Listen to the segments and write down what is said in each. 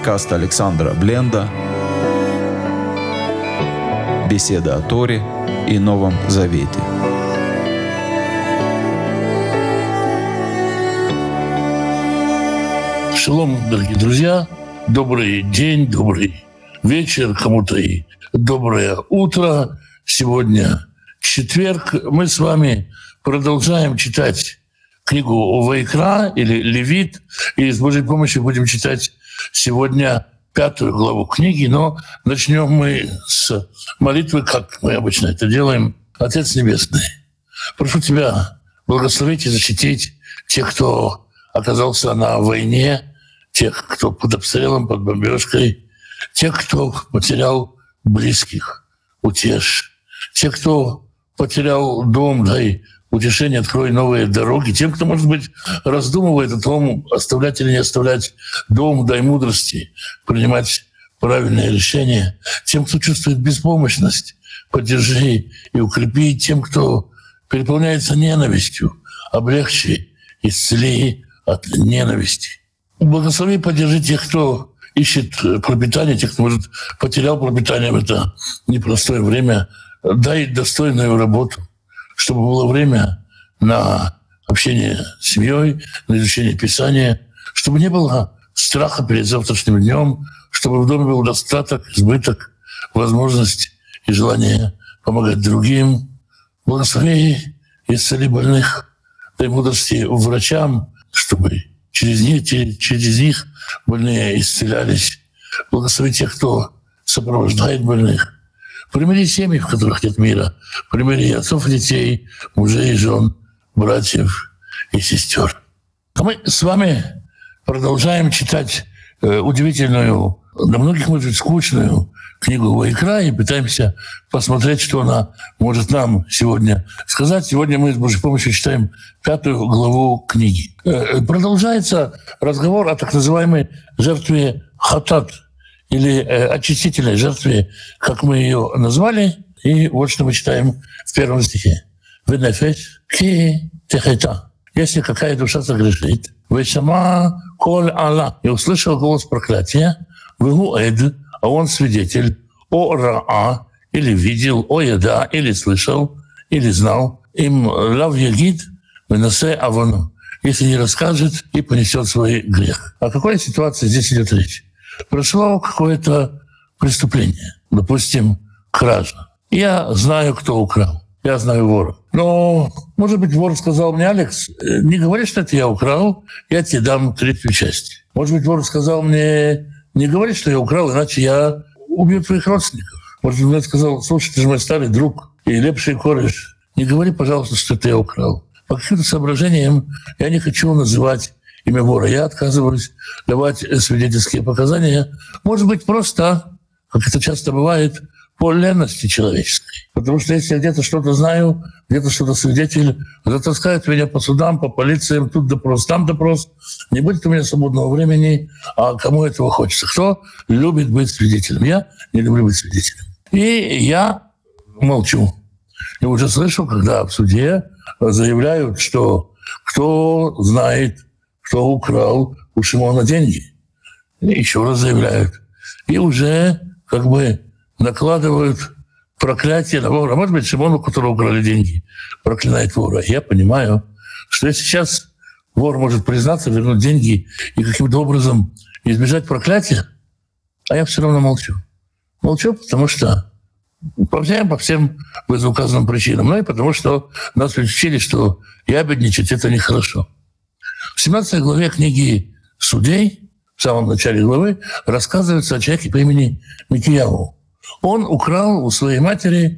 Подкаст Александра Бленда. Беседа о Торе и Новом Завете. Шалом, дорогие друзья. Добрый день, добрый вечер, кому-то и доброе утро. Сегодня четверг. Мы с вами продолжаем читать книгу Ваикра или Левит. И с Божьей помощью будем читать сегодня 5 главу книги. Но начнем мы с молитвы, как мы обычно это делаем. Отец Небесный, прошу Тебя благословить и защитить тех, кто оказался на войне, тех, кто под обстрелом, под бомбежкой, тех, кто потерял близких, утешь, тех, кто потерял дом, дай утешение, открой новые дороги, тем, кто, может быть, раздумывает о том, оставлять или не оставлять дом, дай мудрости, принимать правильные решения, тем, кто чувствует беспомощность, поддержи и укрепи, тем, кто переполняется ненавистью, облегчи, исцели от ненависти. Благослови, поддержи тех, кто ищет пропитание, тех, кто, может, потерял пропитание в это непростое время. Дай достойную работу, чтобы было время на общение с семьей, на изучение Писания, чтобы не было страха перед завтрашним днем, чтобы в доме был достаток, избыток, возможность и желание помогать другим. Благослови, исцели больных, дай мудрости врачам, чтобы через них больные исцелялись. Благослови тех, кто сопровождает больных. Примири семьи, в которых нет мира. Примири отцов и детей, мужей и жен, братьев и сестер. А мы с вами продолжаем читать удивительную, для многих, может быть, скучную книгу Ваикра и пытаемся посмотреть, что она может нам сегодня сказать. Сегодня мы с Божьей помощью читаем 5 главу книги. Продолжается разговор о так называемой жертве хатат, или очистительной жертве, как мы ее назвали. И вот что мы читаем в первом стихе. «Венефеш ки техета». Если какая душа согрешит, «Вешама коль Алла». И услышал голос проклятия, «Вегу эд», а он свидетель, «О раа», или видел, «О еда», или слышал, или знал, «Им лав ягид венасе авону», если не расскажет и понесет свой грех. О какой ситуации здесь идет речь? Прошло какое-то преступление, допустим, кража. Я знаю, кто украл, я знаю вора. Но, может быть, вор сказал мне: «Алекс, не говори, что это я украл, я тебе дам третью часть». Может быть, вор сказал мне: «Не говори, что я украл, иначе я убью твоих родственников». Может быть, он сказал: «Слушай, ты же мой старый друг и лепший кореш, не говори, пожалуйста, что это я украл». По каким-то соображениям я не хочу называть имя вора. Я отказываюсь давать свидетельские показания. Может быть, просто, как это часто бывает, по ленности человеческой. Потому что если я где-то что-то знаю, где-то что-то свидетель, затаскают меня по судам, по полициям, тут допрос, там допрос. Не будет у меня свободного времени, а кому этого хочется? Кто любит быть свидетелем? Я не люблю быть свидетелем. И я молчу. Я уже слышал, когда в суде заявляют, что кто знает, кто украл у Шимона деньги. И еще раз заявляют. И уже как бы накладывают проклятие на вора. Может быть, Шимон, у которого украли деньги, проклинает вора. Я понимаю, что если сейчас вор может признаться, вернуть деньги и каким-то образом избежать проклятия, а я все равно молчу. Молчу, потому что по всем вышеуказанным причинам. Ну и потому что нас учили, что ябедничать — это нехорошо. В 17 главе книги «Судей», в самом начале главы, рассказывается о человеке по имени Микияу. Он украл у своей матери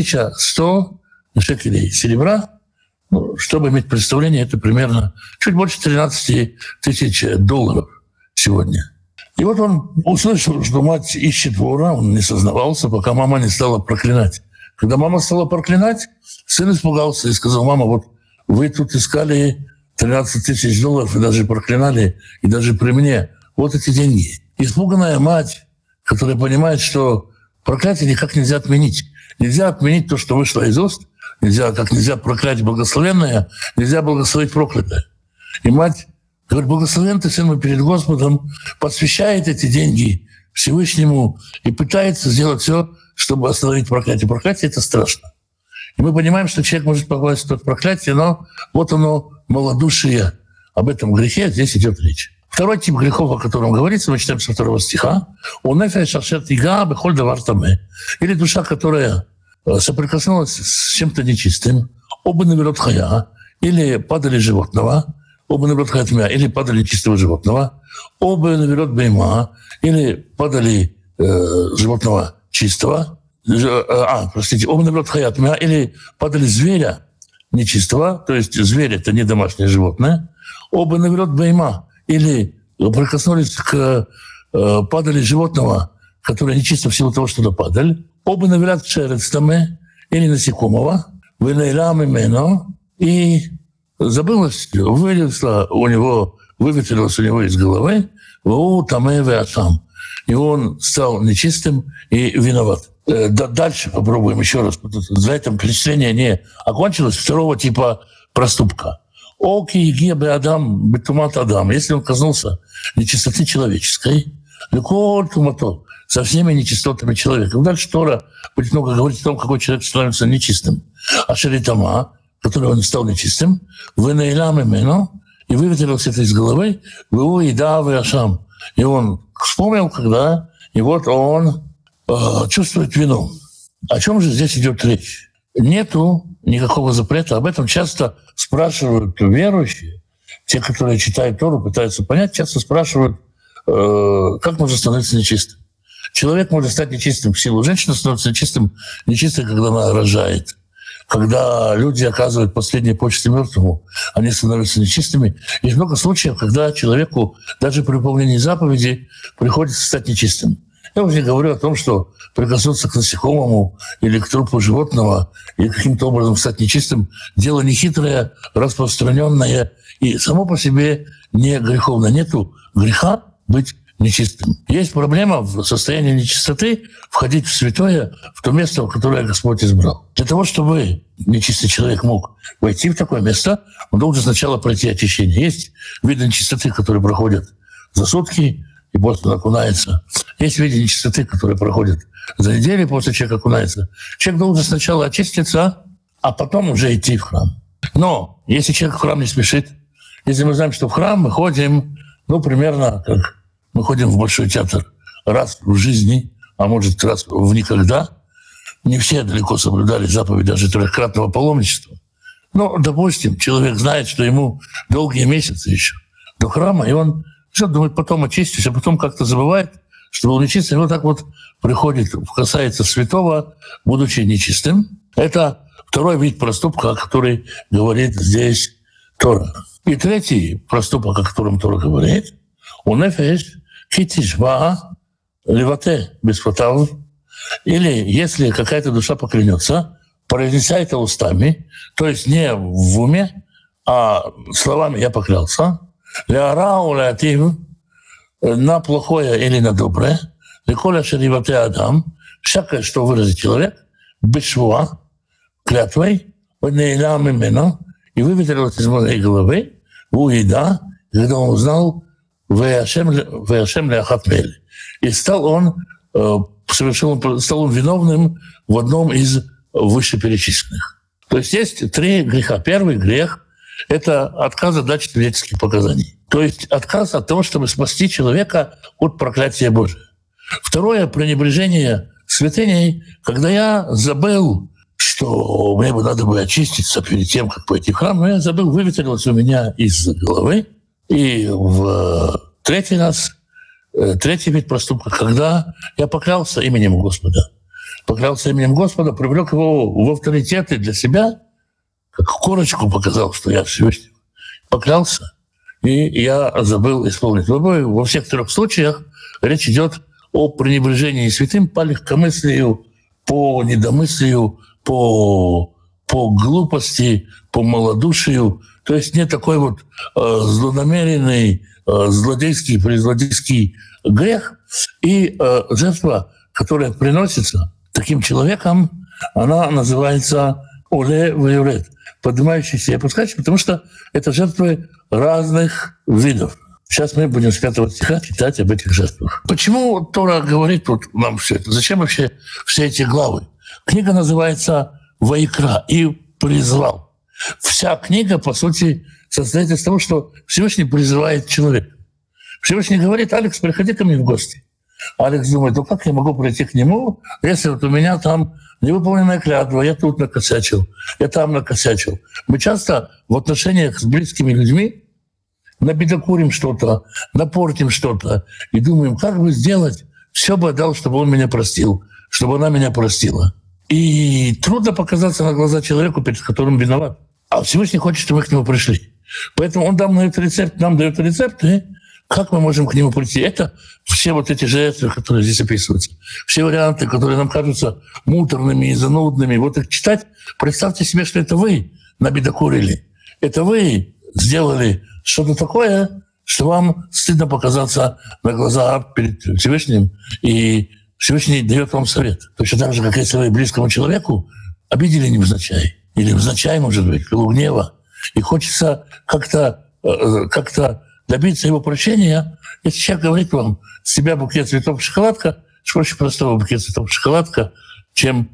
1100 шекелей серебра. Чтобы иметь представление, это примерно чуть больше 13 тысяч долларов сегодня. И вот он услышал, что мать ищет вора, он не сознавался, пока мама не стала проклинать. Когда мама стала проклинать, сын испугался и сказал: «Мама, вот вы тут искали 13 тысяч долларов и даже проклинали, и даже при мне. Вот эти деньги». Испуганная мать, которая понимает, что проклятие никак нельзя отменить. Нельзя отменить то, что вышло из уст. Нельзя проклять благословенное, нельзя благословить проклятое. И мать Говорит, благословен ты, сын мой, перед Господом, посвящает эти деньги Всевышнему и пытается сделать все, чтобы остановить проклятие. Проклятие — это страшно. И мы понимаем, что человек может попасть в проклятие, но вот оно, малодушие. Об этом грехе здесь идет речь. Второй тип грехов, о котором говорится, мы читаем со 2 стиха. Или душа, которая соприкоснулась с чем-то нечистым, оба наверот хая, или падали животного, оба наверот хаятмя, или падали чистого животного, оба наверот бейма, или падали животного чистого, оба наверот хаятмя, или падали зверя нечистого, то есть зверь — это не домашнее животное, оба наверот бейма, или прикоснулись к падали животного, которое нечисто в силу того, что падаль, оба наверот шерецтаме, или насекомого, вылейла мимено, и забылось, выветрилось у него из головы, вау тамэ веатам, и он стал нечистым и виноват. Дальше попробуем еще раз. За этим перечисление не окончилось. Второго типа проступка. Оки еге бе адам бетумат адам. Если он коснулся нечистоты человеческой, ликор тумато, со всеми нечистотами человека. Дальше Тора будет много говорить о том, какой человек становится нечистым. А шаритама, который он стал нечистым, вынейлам именно, и выветрился это из головы, его еда ашам. И он вспомнил, когда, и вот он чувствует вину. О чем же здесь идет речь? Нету никакого запрета. Об этом часто спрашивают верующие. Те, которые читают Тору, пытаются понять, часто спрашивают, как можно становиться нечистым. Человек может стать нечистым в силу. Женщина становится нечистой, когда она рожает. Когда люди оказывают последние почести мертвому, они становятся нечистыми. Есть много случаев, когда человеку даже при выполнении заповеди приходится стать нечистым. Я уже говорю о том, что прикоснуться к насекомому или к трупу животного и каким-то образом стать нечистым — дело нехитрое, распространенное и само по себе не греховное. Нету греха быть нечистым. Есть проблема в состоянии нечистоты входить в святое, в то место, которое Господь избрал. Для того, чтобы нечистый человек мог войти в такое место, он должен сначала пройти очищение. Есть виды нечистоты, которые проходят за сутки, и после окунается. Есть виды нечистоты, которые проходят за неделю, после человека окунается. Человек должен сначала очиститься, а потом уже идти в храм. Но если человек в храм не спешит, если мы знаем, что в храм мы ходим, примерно как мы ходим в Большой театр раз в жизни, а может раз в никогда, не все далеко соблюдали заповедь даже трехкратного паломничества. Но, допустим, человек знает, что ему долгие месяцы еще до храма, и он все думает, потом очистюсь, а потом как-то забывает, что был нечистым, и вот так вот приходит, касается святого, будучи нечистым. Это второй вид проступка, о котором говорит здесь Тора. И третий проступок, о котором Тора говорит, у нефеш китишва левате бесфатав, или если какая-то душа поклянется, произнеся это устами, то есть не в уме, а словами «я поклялся», «ляарау лятив» на плохое или на доброе, «леколя шаривате адам» всякое, что выразит человек, «бешвуа» клятвой, «нейлам именно» и выветрилось из моей головы, «уида», когда он узнал «веашем ляхат мель». И стал он виновным в одном из вышеперечисленных. То есть три греха. Первый грех — это отказ от дачи свидетельских показаний. То есть отказ от того, чтобы спасти человека от проклятия Божия. Второе — пренебрежение святыней, когда я забыл, что мне бы надо бы очиститься перед тем, как пойти в храм, но я забыл, выветрилось у меня из головы. И в третий раз, третий вид проступка, когда я поклялся именем Господа. Поклялся именем Господа, привлек его в авторитеты для себя, как корочку показал, что я Всевышний. Поклялся, и я забыл исполнить. Во всех трех случаях речь идет о пренебрежении святым по легкомыслию, по недомыслию, по глупости, по малодушию. То есть не такой вот злонамеренный, злодейский грех. И жертва, которая приносится таким человеком, она называется «оле веюрет». поднимающиеся и опускающиеся, потому что это жертвы разных видов. Сейчас мы будем с 5 стиха читать об этих жертвах. Почему Тора говорит тут нам все это? Зачем вообще все эти главы? Книга называется «Ваикра» и «Призвал». Вся книга, по сути, состоит из того, что Всевышний призывает человека. Всевышний говорит: «Алекс, приходи ко мне в гости». Алекс думает: ну как я могу прийти к нему, если вот у меня там невыполненная клятва, я тут накосячил, я там накосячил. Мы часто в отношениях с близкими людьми набедокурим что-то, напортим что-то и думаем, как бы сделать, все бы отдал, чтобы он меня простил, чтобы она меня простила. И трудно показаться на глаза человеку, перед которым виноват. А Всевышний хочет, чтобы мы к нему пришли. Поэтому он нам дает рецепты, как мы можем к нему прийти. Это все вот эти жертвы, которые здесь описываются, все варианты, которые нам кажутся муторными и занудными. Вот их читать, представьте себе, что это вы набедокурили. Это вы сделали что-то такое, что вам стыдно показаться на глаза перед Всевышним, и Всевышний дает вам совет. Точно так же, как если вы близкому человеку обидели невзначай, или невзначай, может быть, в пылу гнева, и хочется как-то добиться его прощения. Если человек говорит вам: с себя букет цветов шоколадка, проще простого букет цветов шоколадка, чем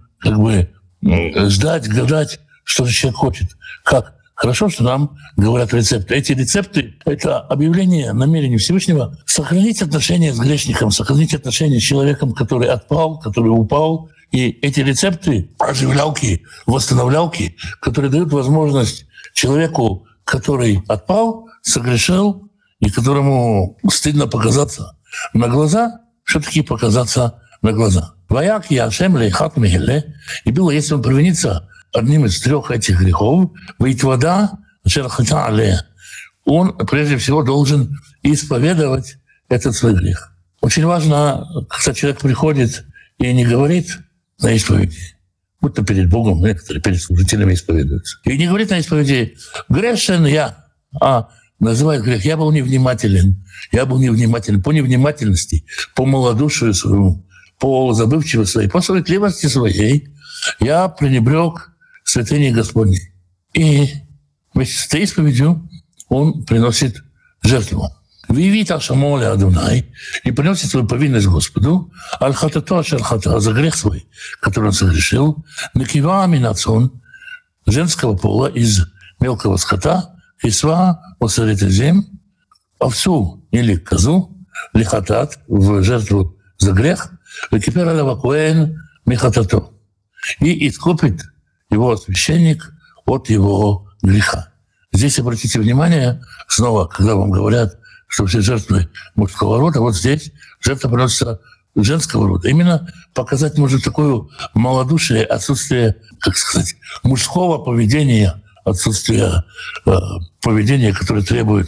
ждать, гадать, что же человек хочет. Как? Хорошо, что нам говорят рецепты. Эти рецепты — это объявление намерения Всевышнего сохранить отношения с грешником, сохранить отношения с человеком, который отпал, который упал. И эти рецепты — оживлялки, восстановлялки, которые дают возможность человеку, который отпал, согрешил, и которому стыдно показаться на глаза, все-таки показаться на глаза. «Ваяк яшем лейхат мегеле». И было, если он провинится одним из 3 этих грехов, «ваитвада шерхата але». Он, прежде всего, должен исповедовать этот свой грех. Очень важно, когда человек приходит и не говорит на исповеди, будто перед Богом, некоторые перед служителями исповедуются, и не говорит на исповеди: «грешен я», а называет грех: «я был невнимателен по невнимательности, по малодушию своему, по забывчивости своей, по суетливости своей я пренебрег святыней Господней». И вместе с этой исповедью он приносит жертву. «Виевита шамоля Адунай», и приносит свою повинность Господу, «аль-хатато ашер-хата», за грех свой, который он согрешил, «накива минацон», женского пола из мелкого скота, «кисва осаретезем», овцу или козу, лихатат, в жертву за грех, «лекипер алява коэн михатато», и искупит его священник от его греха. Здесь обратите внимание, снова, когда вам говорят, что все жертвы мужского рода, вот здесь жертва приносится женского рода. Именно показать может такое малодушие, отсутствие, мужского поведения, отсутствие поведения, которое требует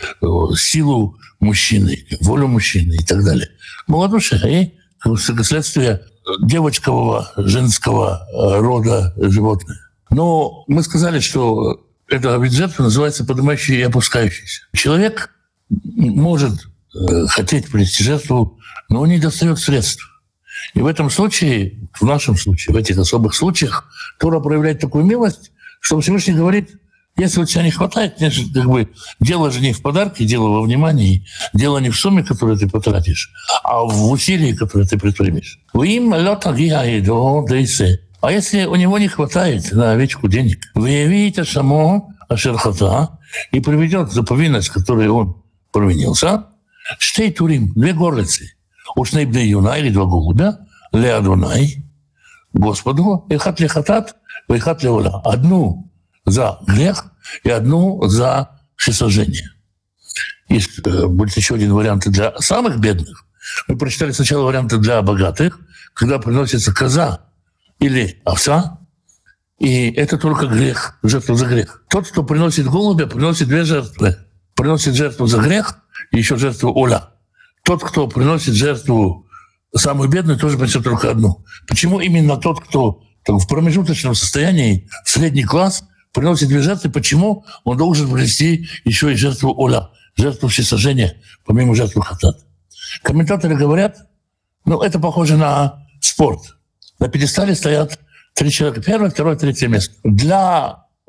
силу мужчины, волю мужчины и так далее. Малодушие и, как следствие, девочкового, женского рода животное. Но мы сказали, что эта вид жертвы называется поднимающий и опускающийся. Человек может хотеть принести жертву, но он не достает средств. И в этом случае, в нашем случае, в этих особых случаях, Тора проявляет такую милость, что Всевышний говорит: если у тебя не хватает, дело же не в подарке, дело во внимании, дело не в сумме, которую ты потратишь, а в усилии, которые ты предпримешь. А если у него не хватает на овечку денег, выявите само ашерхата и приведет за повинность, которой он провинился, штей турим, 2 горлицы, ушней бдей юна или 2 голубя, ле Адунай, Господу, и хат лехатат, и хат леола. Одну за грех и одну за всесожжение. Есть будет еще один вариант для самых бедных. Мы прочитали сначала варианты для богатых, когда приносится коза или овца, и это только грех, жертва за грех. Тот, кто приносит голубя, приносит 2 жертвы. Приносит жертву за грех и еще жертву оля. Тот, кто приносит жертву самую бедную, тоже принесет только одну. Почему именно тот, кто в промежуточном состоянии, в средний класс, приносит 2 жертвы, почему он должен принести еще и жертву оля, жертву всесожжения, помимо жертвы хатат? Комментаторы говорят, это похоже на спорт. На пьедестале стоят 3 человека. 1-е, 2-е, 3-е место. Для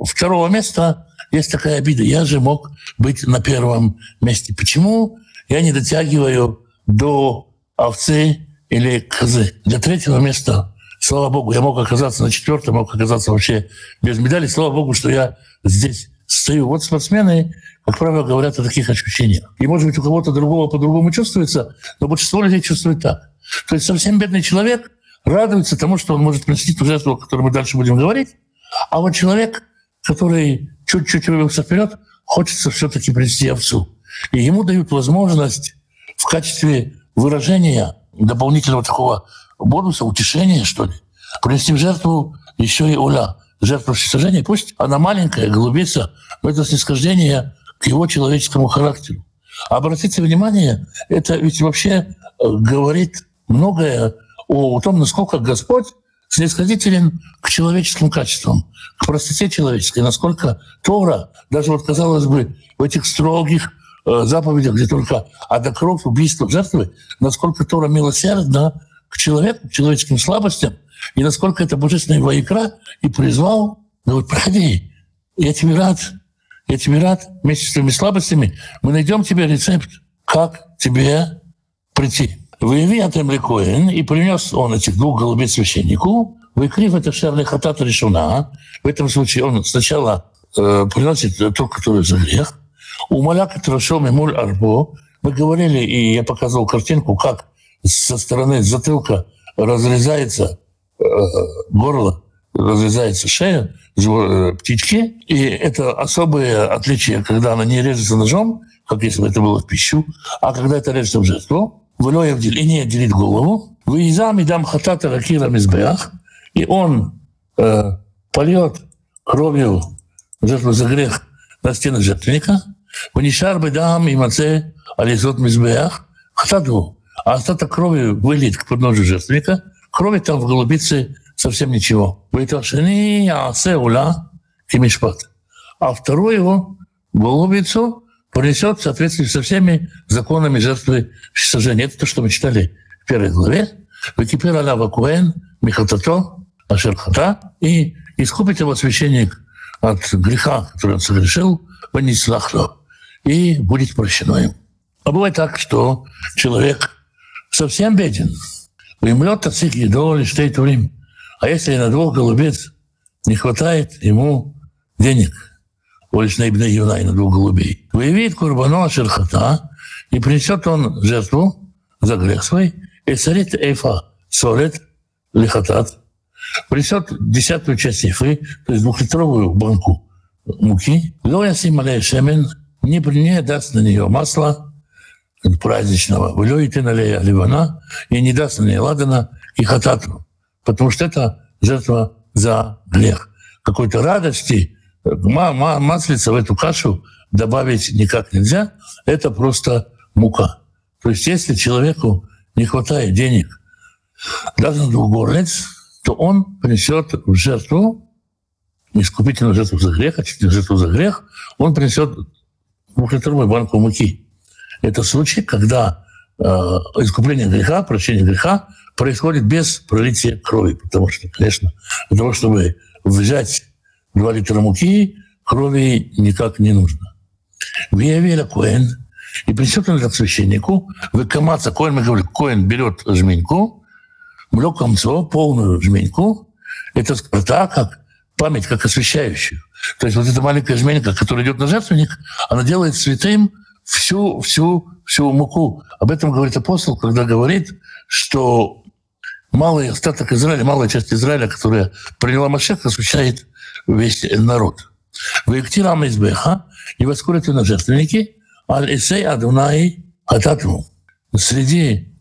второго места есть такая обида. Я же мог быть на первом месте. Почему я не дотягиваю до овцы или козы? Для третьего места, слава богу, я мог оказаться на четвертом, мог оказаться вообще без медали. Слава богу, что я здесь стою. Вот спортсмены, как правило, говорят о таких ощущениях. И, может быть, у кого-то другого по-другому чувствуется, но большинство людей чувствует так. То есть совсем бедный человек радуется тому, что он может принести ту жертву, о которой мы дальше будем говорить. А вот человек, который чуть-чуть выбился вперед, хочется все-таки принести овцу. И ему дают возможность в качестве выражения дополнительного такого бонуса, утешения, что ли, принести в жертву еще и уля, жертву всесожжения. Пусть она маленькая, голубица, но это снисхождение к его человеческому характеру. А обратите внимание, это ведь вообще говорит многое о том, насколько Господь снисходителен к человеческим качествам, к простоте человеческой, насколько Тора, даже вот, казалось бы, в этих строгих заповедях, где только кровь, убийство, жертвы, насколько Тора милосердна к человеку, к человеческим слабостям, и насколько это божественный ваикра и призвал, говорит, проходи, я тебе рад, вместе с твоими слабостями мы найдем тебе рецепт, как тебе прийти. Выяви Атем Коэн, и принес он этих двух голубей священнику, выкрив это шерли хатат решуна. В этом случае он сначала приносит ту, который за грех. У маляка трошом и муль арбо. Мы говорили, и я показывал картинку, как со стороны затылка разрезается горло, разрезается шея птички. И это особое отличие, когда она не режется ножом, как если бы это было в пищу, а когда это режется в жертву, и не отделит голову. Выезжам и дам хатата ракира мизбеах, и он польет кровью жертву за грех на стены жертвенника. Вынишар бы дам и маце ализот мизбеах хатату, а остаток крови вылит к подножию жертвенника. Крови там в голубице совсем ничего. Вытошени асе ула и мишпат. А вторую его голубицу понесет в соответствии со всеми законами жертвы всесожжения. Это то, что мы читали в первой главе. «Векипер алява куэн михатато ашер хата», и искупит его священник от греха, который он согрешил, ванислахло, и будет прощено им. А бывает так, что человек совсем беден. Вымлет ацик едо лишь турим. А если на двух голубец не хватает ему денег, лишь на Ибн Юнай, на двух голубей, выявит курбано шерхата, и принесет он жертву за грех свой, и царит эйфа сорет лихатат, принесет 10-ю часть эйфы, то есть 2-литровую банку муки, лояси малей шемен, не даст на нее масла праздничного, влёйте налея ливана, и не даст на нее ладана и хатату, потому что это жертва за грех. Какой-то радости, маслица в эту кашу добавить никак нельзя, это просто мука. То есть если человеку не хватает денег даже на 2 горлиц, то он принесет в жертву, искупительную жертву за грех, очистительную жертву за грех, он принесет 2-литровую банку муки. Это случай, когда искупление греха, прощение греха происходит без пролития крови, потому что, конечно, для того, чтобы взять 2 литра муки, крови никак не нужно. Виявеля коэн, и принесет он это к священнику, выкаматься, коэн, мы говорим, коэн берет жменьку, млекомцо, полную жменьку, это скрыта как память, как освящающую. То есть вот эта маленькая жменька, которая идет на жертвенник, она делает святым всю муку. Об этом говорит апостол, когда говорит, что малый остаток Израиля, малая часть Израиля, которая приняла Машеха, освящает весь народ. «Ваиктирам избеха» и воскурят на жертвенники «Аль-Исей Адунай Хатату». Среди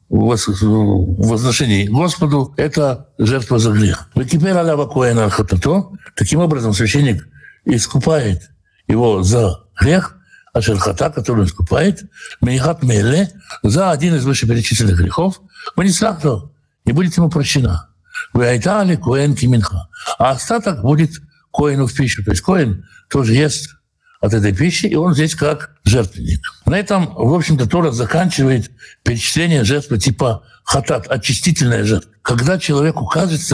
возношений Господу это жертва за грех. «Векипер алява коэн аль-хатато». Таким образом, священник искупает его за грех, ашерхата, который искупает, мейхат мейле, за один из вышеперечисленных грехов, ванислахло, и будет ему прощена. «Веайтали коэн киминха». А остаток будет коэну в пищу. То есть коэн тоже ест от этой пищи, и он здесь как жертвенник. На этом, в общем-то, Тора заканчивает перечисление жертвы типа хатат, очистительная жертва. Когда человеку кажется,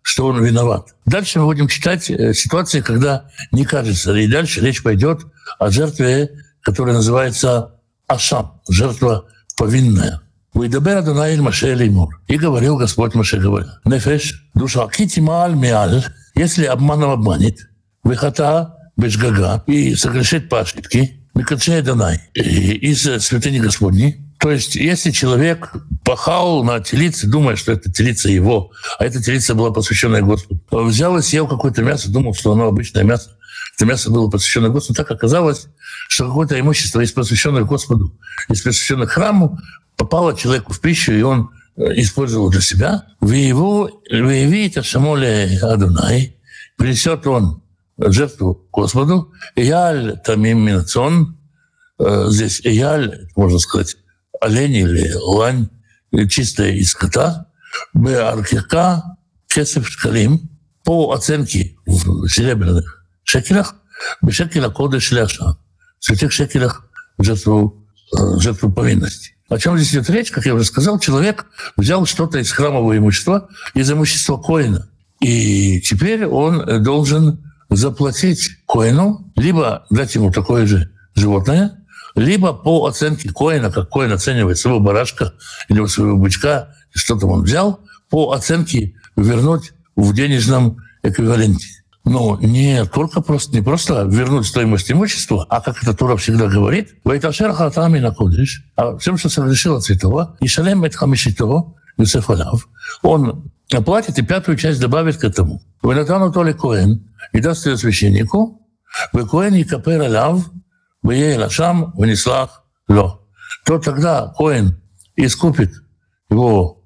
что он виноват. Дальше мы будем читать ситуации, когда не кажется. И дальше речь пойдет о жертве, которая называется Ашам, жертва повинная. «Вайдабер Адонай эль Моше леймур». И говорил Господь Моше, говоря: «Нефеш, душа, кити мааль миаль, если обманом обманет, выхата бешгага, и согрешит по ошибке, микачей Адонай, из святыни Господней». То есть, если человек пахал на телице, думая, что это телица его, а эта телица была посвященная Господу, взял и съел какое-то мясо, думал, что оно обычное мясо, это мясо было посвящено Господу, так оказалось, что какое-то имущество из посвященных Господу, из посвященных храму, попало человеку в пищу, и он использовал для себя. «Выяви Шамоле Адонай», принесет он жертву Господу, «Ияль тамим минацон», здесь «Ияль», можно сказать, олень или лань, чистая из скота, «Беаркика кесев шкалим», по оценке в серебряных шекелях, «Бешекеля кодеш ляша», в святых шекелях жертву повинности. О чем здесь идет речь? Как я уже сказал, человек взял что-то из храмового имущества, из имущества коэна. И теперь он должен заплатить коэну, либо дать ему такое же животное, либо по оценке коэна, как коэн оценивает своего барашка или своего бычка, что там он взял, по оценке вернуть в денежном эквиваленте. Но не просто вернуть стоимость имущества, а как это Тора всегда говорит, «Вайташер хатами накодиш», а всем, что согрешил от святого, и шалем эт хамишито, Юсеф алав, он оплатит и пятую часть добавит к этому. «Венатану толи коэн», и даст ее священнику, «Ве коэн якапер алав, ве лашам, венислах ло». То тогда коэн искупит его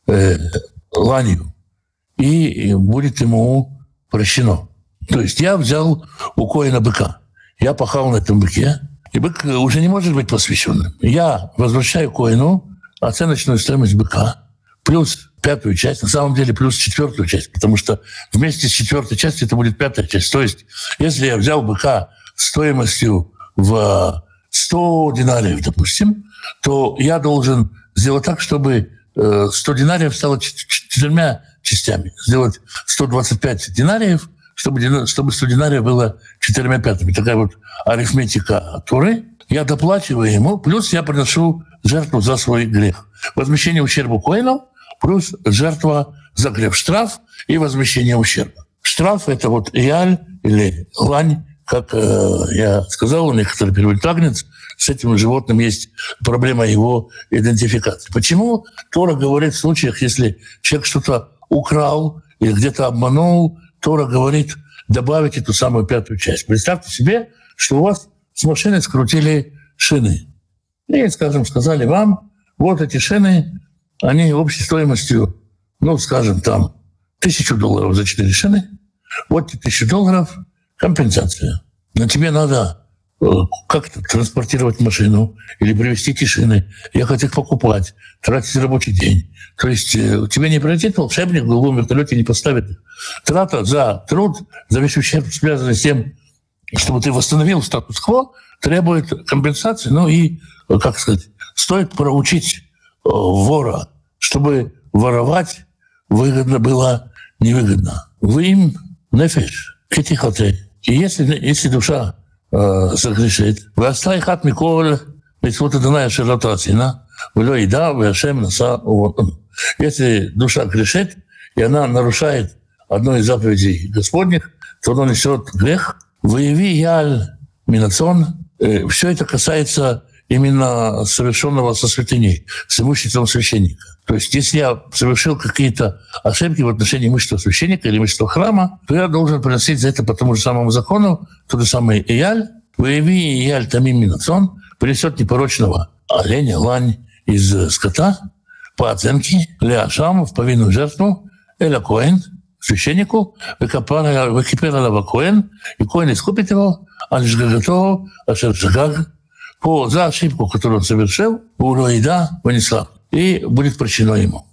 ланью, и будет ему прощено. То есть я взял у коэна быка, я пахал на этом быке, и бык уже не может быть посвященным. Я возвращаю коэну оценочную стоимость быка, плюс пятую часть, на самом деле плюс четвертую часть, потому что вместе с четвертой частью это будет пятая часть. То есть если я взял быка стоимостью в 100 динариев, допустим, то я должен сделать так, чтобы 100 динариев стало 4 частями. Сделать 125 динариев, чтобы 100 динариев было 4 пятыми. Такая вот арифметика Торы. Я доплачиваю ему, плюс я приношу жертву за свой грех. Возмещение ущерба коэну, плюс жертва за грех. Штраф и возмещение ущерба. Штраф — это вот ияль или лань, как я сказал, у некоторых переводят агнец. С этим животным есть проблема его идентификации. Почему Тора говорит в случаях, если человек что-то украл или где-то обманул, Тора говорит добавить эту самую пятую часть. Представьте себе, что у вас с машиной скрутили шины. И, скажем, сказали вам, вот эти шины, они общей стоимостью, скажем, там $1000 за 4 шины. Вот $1000 компенсация. Но тебе надо как-то транспортировать машину или привезти эти шины, ехать их покупать, тратить рабочий день. То есть тебе не прилетит волшебник, в голубом вертолете не поставит их. Трата за труд, за весь ущерб, связанный с тем, чтобы ты восстановил статус-кво, требует компенсации. Стоит проучить вора, чтобы воровать выгодно было невыгодно. Вы им нефеш, кетихоте. И если душа согрешит, вы оставите хат миколь, ведь вот это наша широтасина, влё еда, вы ашем наса. Если душа грешит, и она нарушает одну из заповедей Господних, то она несет грех. Выяви яль минацон. Все это касается именно совершенного со святыней, с имуществом священника. То есть если я совершил какие-то ошибки в отношении имущества священника или имущества храма, то я должен приносить за это по тому же самому закону, тот же самый ияль. Выяви ияль тамим минацон, принесет непорочного оленя, лань из скота по оценке ляшам в повинную жертву, эля коэн, священнику, выкипер алава коэн, и коэн искупит его, альжгагато, ашершагаг, за ошибку, которую он совершил, уроида вынесла, и будет прощено ему.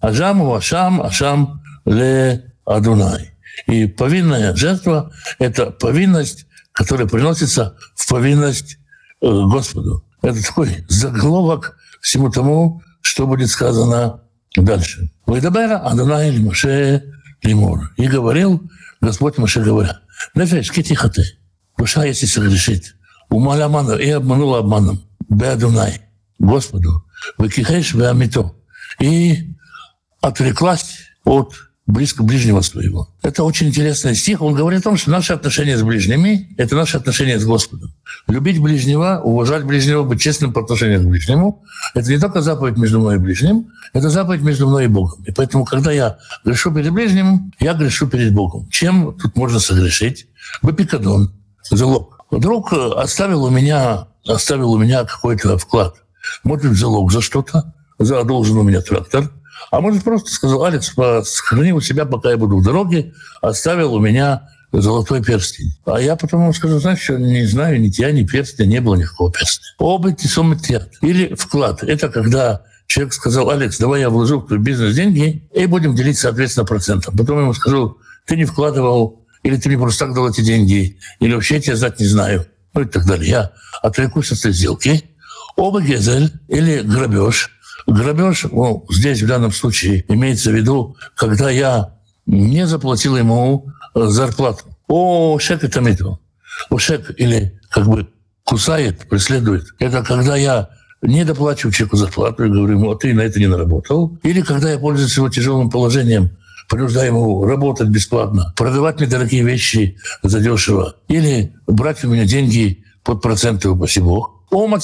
Ашам ле Адунай. И повинная жертва — это повинность, которая приносится в повинность Господу. Это такой заголовок всему тому, что будет сказано дальше. «Вайдабер Адонай эль Моше лимор. И говорил Господь Моше, говоря: «Нефеш китихате». Душа, если согрешит, умал обманом и обманула обманом, беадунай, Господу, выкихеш беамито, и отреклась от ближнего своего. Это очень интересный стих. Он говорит о том, что наши отношения с ближними — это наши отношения с Господом. Любить ближнего, уважать ближнего, быть честным по отношению к ближнему — это не только заповедь между мной и ближним, это заповедь между мной и Богом. И поэтому, когда я грешу перед ближним, я грешу перед Богом. Чем тут можно согрешить? Бапикадон, залог. Вдруг оставил у меня какой-то вклад. Может, залог за что-то, должен у меня трактор. А может, просто сказал: Алекс, сохрани у себя, пока я буду в дороге, оставил у меня золотой перстень. А я потом ему скажу: знаешь что, не знаю, ни тебя, ни перстня, не было никакого перстня. Обыть и соматьят. Или вклад. Это когда человек сказал: Алекс, давай я вложу в твой бизнес деньги и будем делить, соответственно, процентом. Потом я ему скажу: ты не вкладывал, или ты мне просто так дал эти деньги, или вообще я тебя знать не знаю, ну и так далее. Я отвлекусь от этой сделки. Оба гезель или грабеж. Грабеж, здесь в данном случае имеется в виду, когда я не заплатил ему зарплату. Шек это метро. Шек или как бы кусает, преследует. Это когда я не доплачиваю человеку зарплату и говорю ему: а ты на это не наработал. Или когда я пользуюсь его тяжелым положением, принуждаю его работать бесплатно, продавать мне дорогие вещи задешево, или брать у меня деньги под проценты, упаси Бог.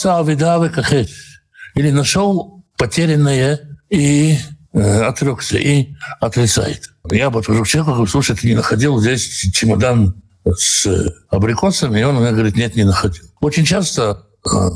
Или нашел потерянное и отрекся, и отрицает. Я подхожу к человеку, говорю: слушай, ты не находил здесь чемодан с абрикосами? И он мне говорит: нет, не находил. Очень часто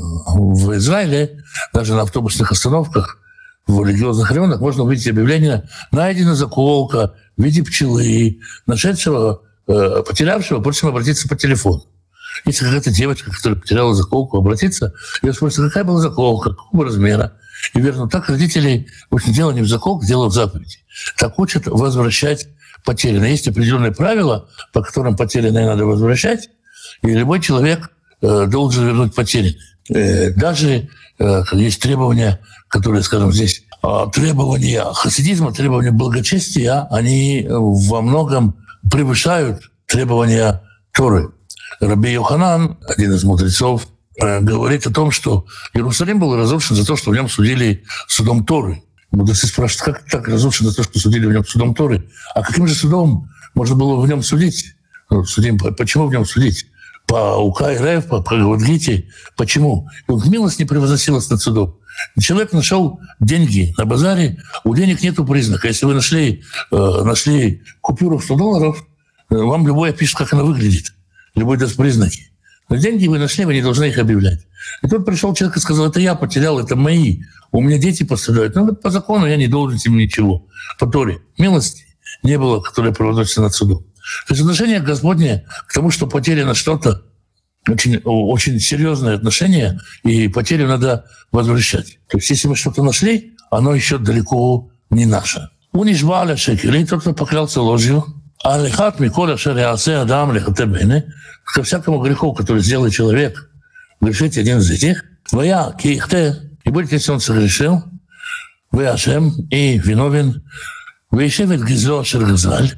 в Израиле, даже на автобусных остановках, в религиозных районах можно увидеть объявление: найдена заколка в виде пчелы, нашедшего, потерявшего, просим обратиться по телефону. Если какая-то девочка, которая потеряла заколку, обратится, ее спросят: какая была заколка, какого размера. И верно, так родители, в общем, дело не в заколке, дело в заповеди. Так учат возвращать потерянное. Есть определенные правила, по которым потерянное надо возвращать, и любой человек должен вернуть потерянное. Даже есть требования, которые, скажем, здесь, требования хасидизма, требования благочестия, они во многом превышают требования Торы. Раби Йоханан, один из мудрецов, говорит о том, что Иерусалим был разрушен за то, что в нем судили судом Торы. Мудрецы спрашивают: как так разрушен за то, что судили в нем судом Торы? А каким же судом можно было в нем судить? Почему в нем судить? По Ука и Рев, по Гавадгите? Почему? И милость не превозносилась над судом. Человек нашел деньги на базаре, у денег нету признака. Если вы нашли купюру в $100, вам любой опишет, как она выглядит. Любой даст признаки. Но деньги вы нашли, вы не должны их объявлять. И тут пришел человек и сказал: это я потерял, это мои. У меня дети пострадают. Ну, по закону я не должен им ничего. По Торе милости не было, которая проводится над судом. То есть отношение Господне к тому, что потеряно что-то, очень, очень серьезное отношение, и потерю надо возвращать. То есть если мы что-то нашли, оно еще далеко не наше. Унижва аля шекер, или тот, кто поклялся ложью, алихат миколя шариасе адам лихате бене, ко всякому греху, который сделает человек, грешить один из этих, твоя кихте, и будет, если он согрешил, вы Ашем, и виновен, вы ешевет гизло шергазаль,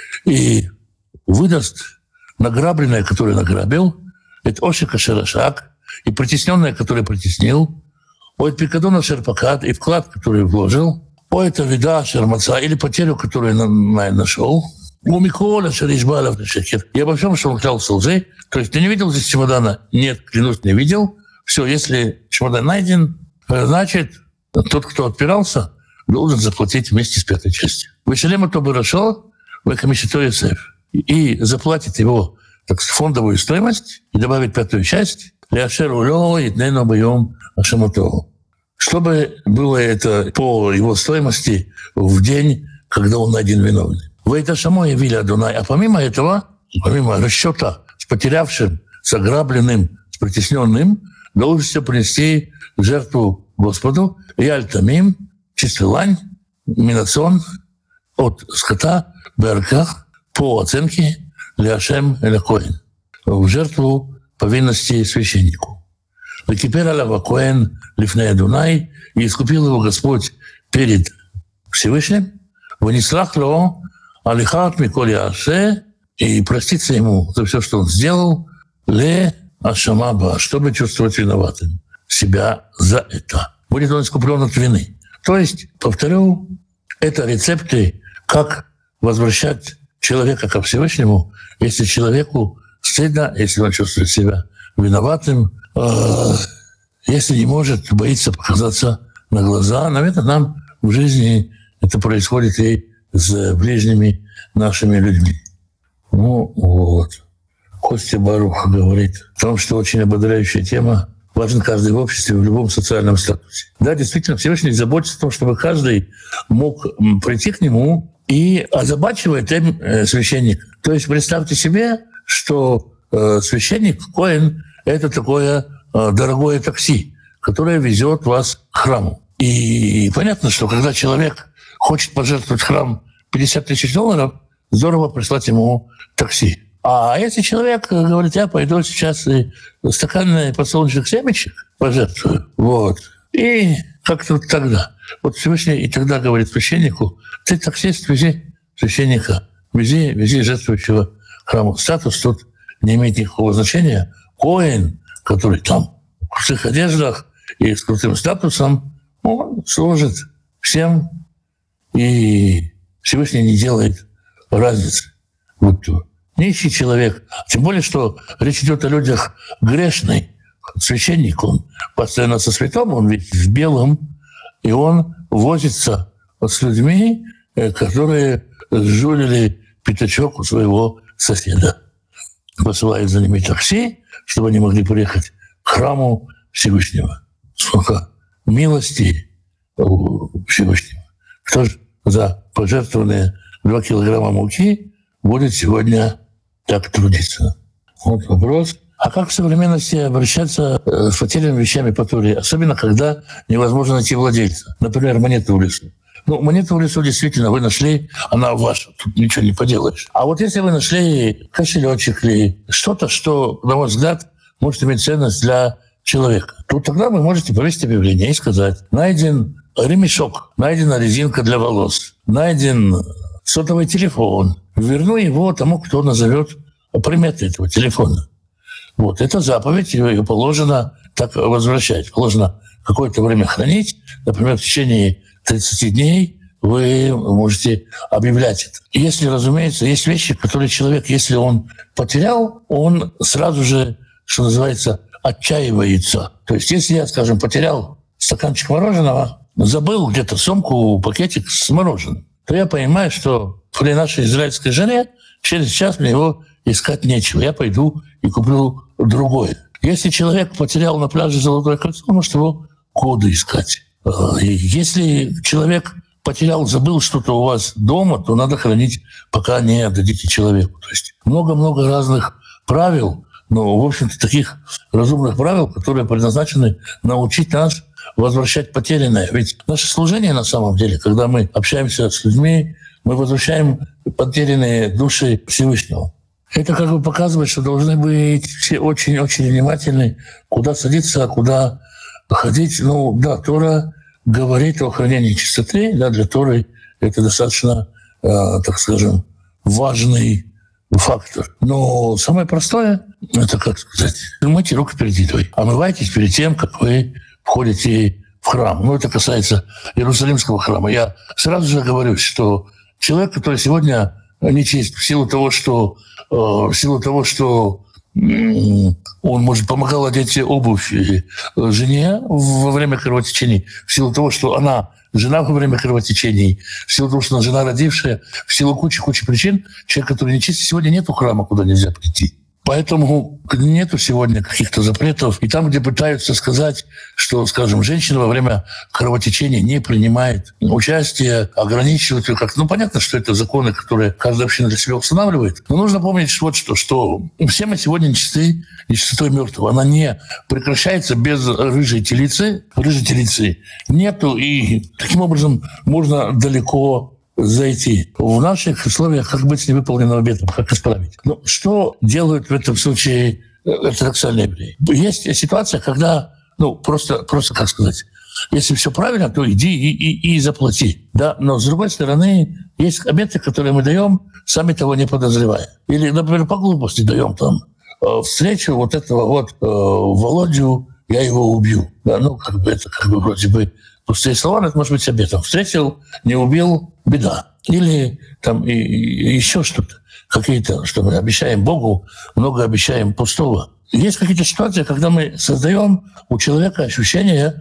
и выдаст награбленное, которое награбил, это ошика шерашак, и притесненное, которое притеснил, от пикадона шерпакат, и вклад, который вложил, о это вида шермаца, или потерю, которую нашел, у Микола шеришбалов на шекер. И обо всем, что он клялся лжи. То есть ты не видел здесь чемодана? Нет, клянусь, не видел. Все, если чемодан найден, значит, тот, кто отпирался, должен заплатить вместе с 5-й частью. Вышелем это хорошо, вы комиссию Йосеф, и заплатит его так, фондовую стоимость и добавит 5-ю часть, чтобы было это по его стоимости в день, когда он найден виновный. Вы это само явили Адонай. А помимо этого, помимо расчета с потерявшим, с ограбленным, с притесненным, должен все принести жертву Господу, яльтамим, чистый лань, минацион от скота, берках, по оценке Ляшем Элякоин, в жертву повинности священнику. Векипер аля Коэн лифней Адонай, и искупил его Господь перед Всевышним, вынеслах ло алихат миколь яше, и проститься ему за все, что он сделал, ле ашамаба, чтобы чувствовать виноватым себя за это. Будет он искуплен от вины. То есть, повторю, это рецепты, как возвращать человека ко Всевышнему, если человеку стыдно, если он чувствует себя виноватым, если не может, боится показаться на глаза. Наверное, нам в жизни это происходит и с ближними нашими людьми. Ну вот. Костя Барух говорит о том, что очень ободряющая тема. Важен каждый в обществе, в любом социальном статусе. Да, действительно, Всевышний заботится о том, чтобы каждый мог прийти к нему и озабачивает им священник. То есть представьте себе, что священник, коэн, это такое дорогое такси, которое везет вас к храму. И понятно, что когда человек хочет пожертвовать в храм $50 000, здорово прислать ему такси. А если человек говорит, я пойду сейчас и стакан подсолнечных семечек пожертвую, вот, и как-то тогда. Вот Всевышний и тогда говорит священнику, ты таксист, вези священника, вези жертвующего храму. Статус тут не имеет никакого значения. Коэн, который там в крутых одеждах и с крутым статусом, он служит всем, и Всевышний не делает разницы. Вот нищий человек, тем более, что речь идет о людях грешных. Священник, он постоянно со святом, он ведь в белом, и он возится с людьми, которые жулили пятачок у своего соседа. Посылает за ними такси, чтобы они могли приехать к храму Всевышнего. Сколько милости у Всевышнего. Кто же за пожертвованные 2 килограмма муки будет сегодня так трудиться? Вот вопрос. А как в современности обращаться с потерянными вещами по Торе, особенно когда невозможно найти владельца? Например, монету в лесу. Ну, монету в лесу действительно вы нашли, она ваша, тут ничего не поделаешь. А вот если вы нашли кошелечек или что-то, что, на ваш взгляд, может иметь ценность для человека, то тогда вы можете повесить объявление и сказать, найден ремешок, найдена резинка для волос, найден сотовый телефон, верну его тому, кто назовет приметы этого телефона. Вот, это заповедь, ее положено так возвращать. Положено какое-то время хранить. Например, в течение 30 дней вы можете объявлять это. И если, разумеется, есть вещи, которые человек, если он потерял, он сразу же, что называется, отчаивается. То есть если я, скажем, потерял стаканчик мороженого, забыл где-то сумку, пакетик с мороженым, то я понимаю, что при нашей израильской жаре через час мне его искать нечего. Я пойду и куплю другое. Если человек потерял на пляже золотое кольцо, может его годы искать. И если человек потерял, забыл что-то у вас дома, то надо хранить, пока не отдадите человеку. То есть много-много разных правил, но, в общем-то, таких разумных правил, которые предназначены научить нас возвращать потерянное. Ведь наше служение на самом деле, когда мы общаемся с людьми, мы возвращаем потерянные души Всевышнего. Это как бы показывает, что должны быть все очень-очень внимательны, куда садиться, куда ходить. Ну да, Тора говорит о хранении чистоты, да, для Торы это достаточно, так скажем, важный фактор. Но самое простое — это, как сказать, мойте руки перед едой. Омывайтесь перед тем, как вы входите в храм. Ну, это касается Иерусалимского храма. Я сразу же говорю, что человек, который сегодня нечист в силу того, что он, может, помогал одеть обувь жене во время кровотечений, в силу того, что она жена во время кровотечений, в силу того, что она жена родившая, в силу кучи причин, человек, который нечист, сегодня нету храма, куда нельзя прийти. Поэтому нету сегодня каких-то запретов. И там, где пытаются сказать, что, скажем, женщина во время кровотечения не принимает участие, ограничивает ее как... Ну, понятно, что это законы, которые каждая община для себя устанавливает. Но нужно помнить вот что все мы сегодня нечисты, нечистотой мертвого. Она не прекращается без рыжей телицы. Рыжей телицы нету, и таким образом можно далеко зайти. В наших условиях как быть с невыполненным обетом, как исправить? Ну, что делают в этом случае ортодоксальные евреи? Есть ситуация, когда, просто как сказать, Если все правильно, то иди и заплати. Да? Но, с другой стороны, есть обеты, которые мы даем, сами того не подозревая. Или, например, по глупости даем там встречу вот этого вот Володю, я его убью. Да? Ну, как бы это вроде бы пустые слова, но это может быть обетом. Встретил, не убил, беда. Или там и еще что-то. Какие-то, что мы обещаем Богу, много обещаем пустого. Есть какие-то ситуации, когда мы создаем у человека ощущение,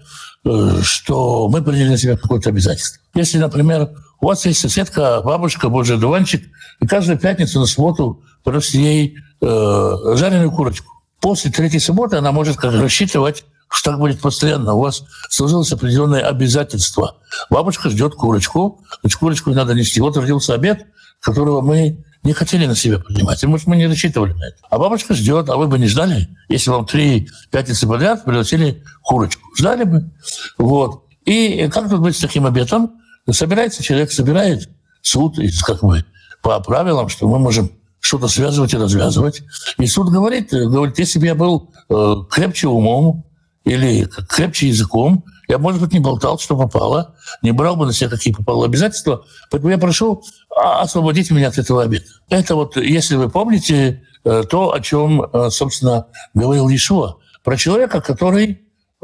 что мы приняли на себя какое-то обязательство. Если, например, у вас есть соседка, бабушка, божий одуванчик, и каждую пятницу на субботу приносите ей жареную курочку. После третьей субботы она может как рассчитывать, что так будет постоянно. У вас сложилось определенное обязательство. Бабушка ждет курочку, значит, курочку надо нести. Вот родился обед, которого мы не хотели на себя принимать. И, может, мы не рассчитывали на это. А бабушка ждет, а вы бы не ждали, если вам 3 пятницы подряд приносили курочку. Ждали бы. Вот. И как тут быть с таким обетом? Собирается человек, собирает суд, как бы по правилам, что мы можем что-то связывать и развязывать. И суд говорит, если бы я был крепче умом или крепче языком, я, может быть, не болтал, что попало, не брал бы на себя какие попало обязательства. Поэтому я прошу освободить меня от этого обета. Это вот, если вы помните, то, о чем, собственно, говорил Иешуа. Про человека, который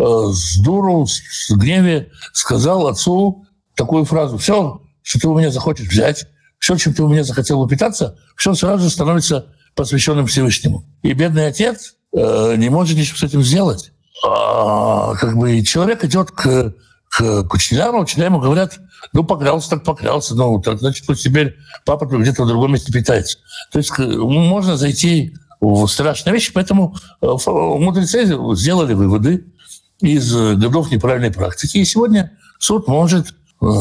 с дуру, с гневе сказал отцу такую фразу: «Все, что ты у меня захочешь взять, все, чем ты у меня захотел упитаться, все сразу же становится посвященным Всевышнему». И бедный отец не может ничего с этим сделать. Как бы человек идет к учителям, учителя ему говорят: ну, поклялся, так поклялся, ну, так, значит, вот теперь папа где-то в другом месте питается. То есть можно зайти в страшные вещи, поэтому мудрецы сделали выводы из годов неправильной практики, и сегодня суд может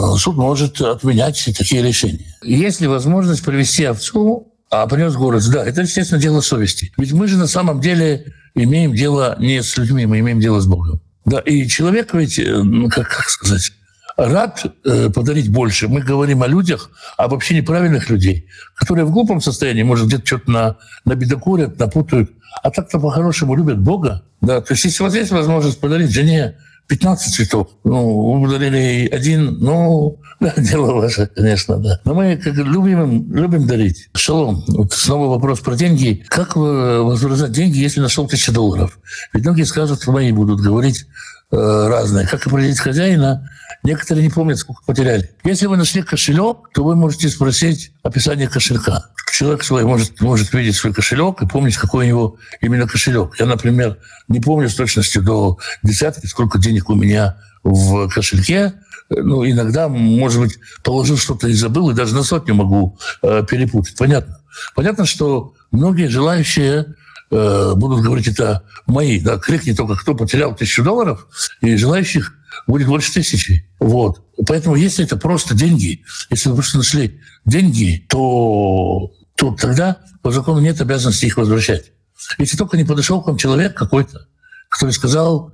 отменять такие решения. Есть ли возможность привести овцу, а принес город? Да, это, естественно, дело совести. Ведь мы же на самом деле имеем дело не с людьми, мы имеем дело с Богом. Да, и человек ведь, как сказать, рад подарить больше. Мы говорим о людях, об вообще неправильных людей, которые в глупом состоянии, может, где-то что-то набедокурят, напутают, а так-то по-хорошему любят Бога. Да, то есть если у вас есть возможность подарить жене 15 цветов, ну, вы подарили 1, ну, да, дело ваше, конечно, да. Но мы как любим дарить. Шалом. Вот снова вопрос про деньги. Как возвращать деньги, если нашел $1000? Ведь многие скажут, мои будут говорить разные. Как определить хозяина? Некоторые не помнят, сколько потеряли. Если вы нашли кошелек, то вы можете спросить описание кошелька. Человек свой может видеть свой кошелек и помнить, какой у него именно кошелек. Я, например, не помню с точностью до десятки, сколько денег у меня в кошельке. Ну, иногда, может быть, положил что-то и забыл, и даже на 100 могу перепутать. Понятно. Понятно, что многие желающие будут говорить: это мои. Да, крикни только, кто потерял $1000, и желающих будет больше 1000. Вот. Поэтому если это просто деньги, если вы просто нашли деньги, то тогда по закону нет обязанности их возвращать. Если только не подошел к вам человек какой-то, который сказал: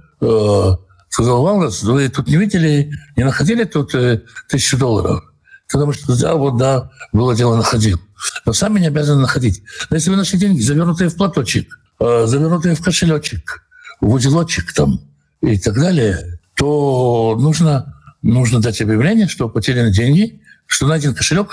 Валрас, вы тут не видели, не находили тут $1000? Потому что да, было дело, находил. Но сами не обязаны находить. Но если вы нашли деньги, завернутые в платочек, завернутые в кошелечек, в узелочек там и так далее, то нужно дать объявление, что потеряны деньги, что найден кошелек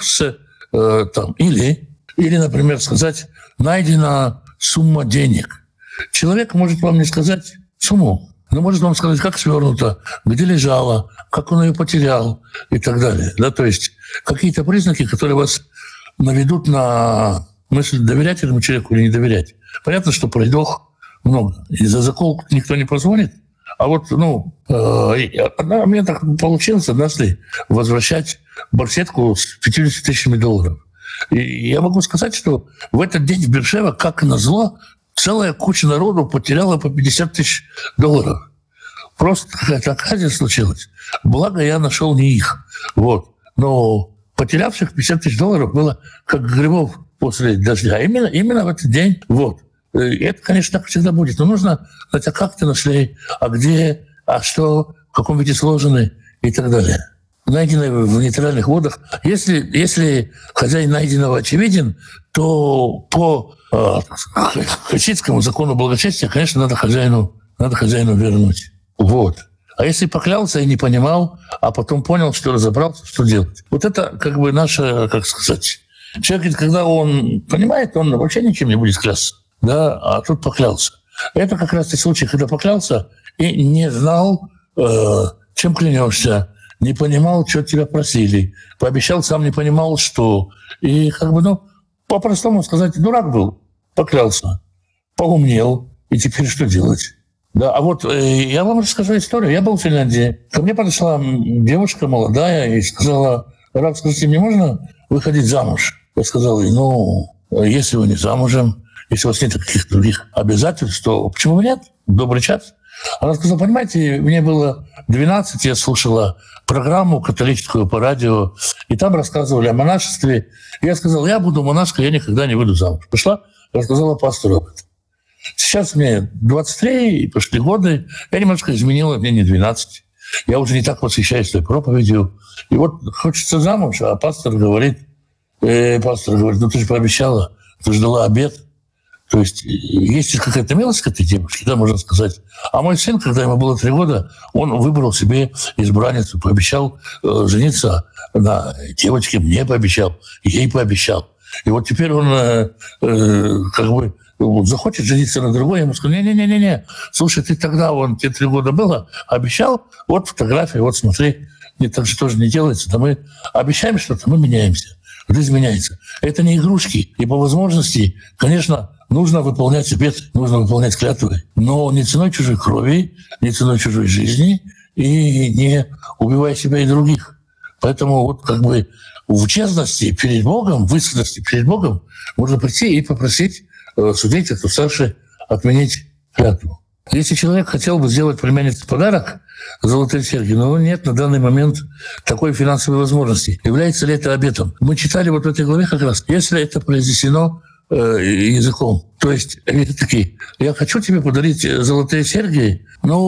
там, или, например, сказать: найдена сумма денег. Человек может вам не сказать сумму, но может вам сказать, как свернуто, где лежала, как он ее потерял и так далее. Да, то есть какие-то признаки, которые вас наведут на мысль, доверять этому человеку или не доверять. Понятно, что пройдох много. И за заколку никто не позвонит. А вот, мне так получилось однажды возвращать барсетку с $50 000. И я могу сказать, что в этот день в Бершева, как назло, целая куча народу потеряла по $50 000. Просто какая-то оказия случилась. Благо, я нашел не их. Вот. Но потерявших $50 000 было как грибов после дождя. Именно в этот день. Вот. И это, конечно, так всегда будет. Но нужно знать, а как ты нашли, а где, а что, в каком виде сложены и так далее. Найденные в нейтральных водах. Если хозяин найденного очевиден, то по хасидскому закону благочестия, конечно, надо хозяину вернуть. Вот. А если поклялся и не понимал, а потом понял, что разобрался, что делать? Вот это как бы наше, как сказать... Человек, когда он понимает, он вообще ничем не будет клясться. Да? А тут поклялся. Это как раз те случаи, когда поклялся и не знал, чем клянешься, не понимал, что тебя просили, пообещал, сам не понимал, что. И как бы, по-простому сказать, дурак был, поклялся, поумнел, и теперь что делать? Да, а вот я вам расскажу историю. Я был в Финляндии. Ко мне подошла девушка молодая и сказала: Рав, скажите, мне можно выходить замуж? Я сказал ей: если вы не замужем, если у вас нет каких-то других обязательств, то почему бы нет? Добрый час. Она сказала: понимаете, мне было 12, я слушала программу католическую по радио, и там рассказывали о монашестве. И я сказал: я буду монашкой, я никогда не выйду замуж. Пошла, рассказала пастору об этом. Сейчас мне 23, и пошли годы, я немножко изменила, мне не 12. Я уже не так восхищаюсь той проповедью. И вот хочется замуж, а пастор говорит, ты же пообещала, ты ждала обет. То есть есть какая-то милость к этой девушке, да, можно сказать. А мой сын, когда ему было 3 года, он выбрал себе избранницу, пообещал жениться на девочке, мне пообещал, ей пообещал. И вот теперь он захочет жениться на другой, я ему скажу: не-не-не-не, слушай, ты тогда, тебе 3 года было, обещал, вот фотография, вот смотри, так же тоже не делается, да мы обещаем что-то, мы меняемся. Жизнь меняется. Это не игрушки. И по возможности, конечно, нужно выполнять обет, нужно выполнять клятвы, но не ценой чужой крови, не ценой чужой жизни и не убивая себя и других. Поэтому вот как бы в честности перед Богом, в искренности перед Богом можно прийти и попросить судейца, кто старше, отменить клятву. Если человек хотел бы сделать племяннице подарок, золотые серьги, но нет на данный момент такой финансовой возможности. Является ли это обетом? Мы читали вот в этой главе как раз, если это произнесено языком. То есть, такие: я хочу тебе подарить золотые серьги,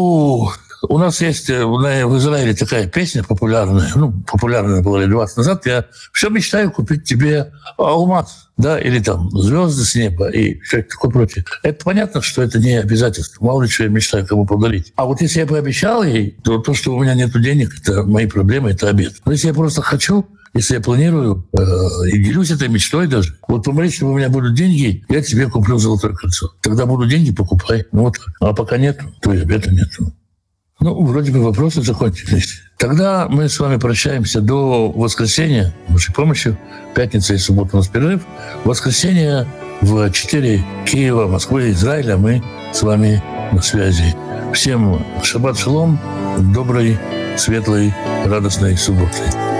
у нас есть в Израиле такая песня популярная, популярная была лет 20 назад: я все мечтаю купить тебе алмаз, да, или там звезды с неба и что-то такое прочее. Это понятно, что это не обязательство. Мало ли что я мечтаю кому подарить. А вот если я пообещал ей, то, что у меня нет денег, это мои проблемы, это обет. Но если я просто хочу, если я планирую и делюсь этой мечтой даже, вот помолись, чтобы у меня будут деньги, я тебе куплю золотое кольцо. Тогда будут деньги, покупай. Вот так. А пока нет, то и обета нет. Вроде бы вопросы закончились. Тогда мы с вами прощаемся до воскресенья, с вашей помощью. Пятница и суббота у нас перерыв. Воскресенье в 4 Киева, Москвы, Израиля мы с вами на связи. Всем шаббат шалом, доброй, светлой, радостной субботы.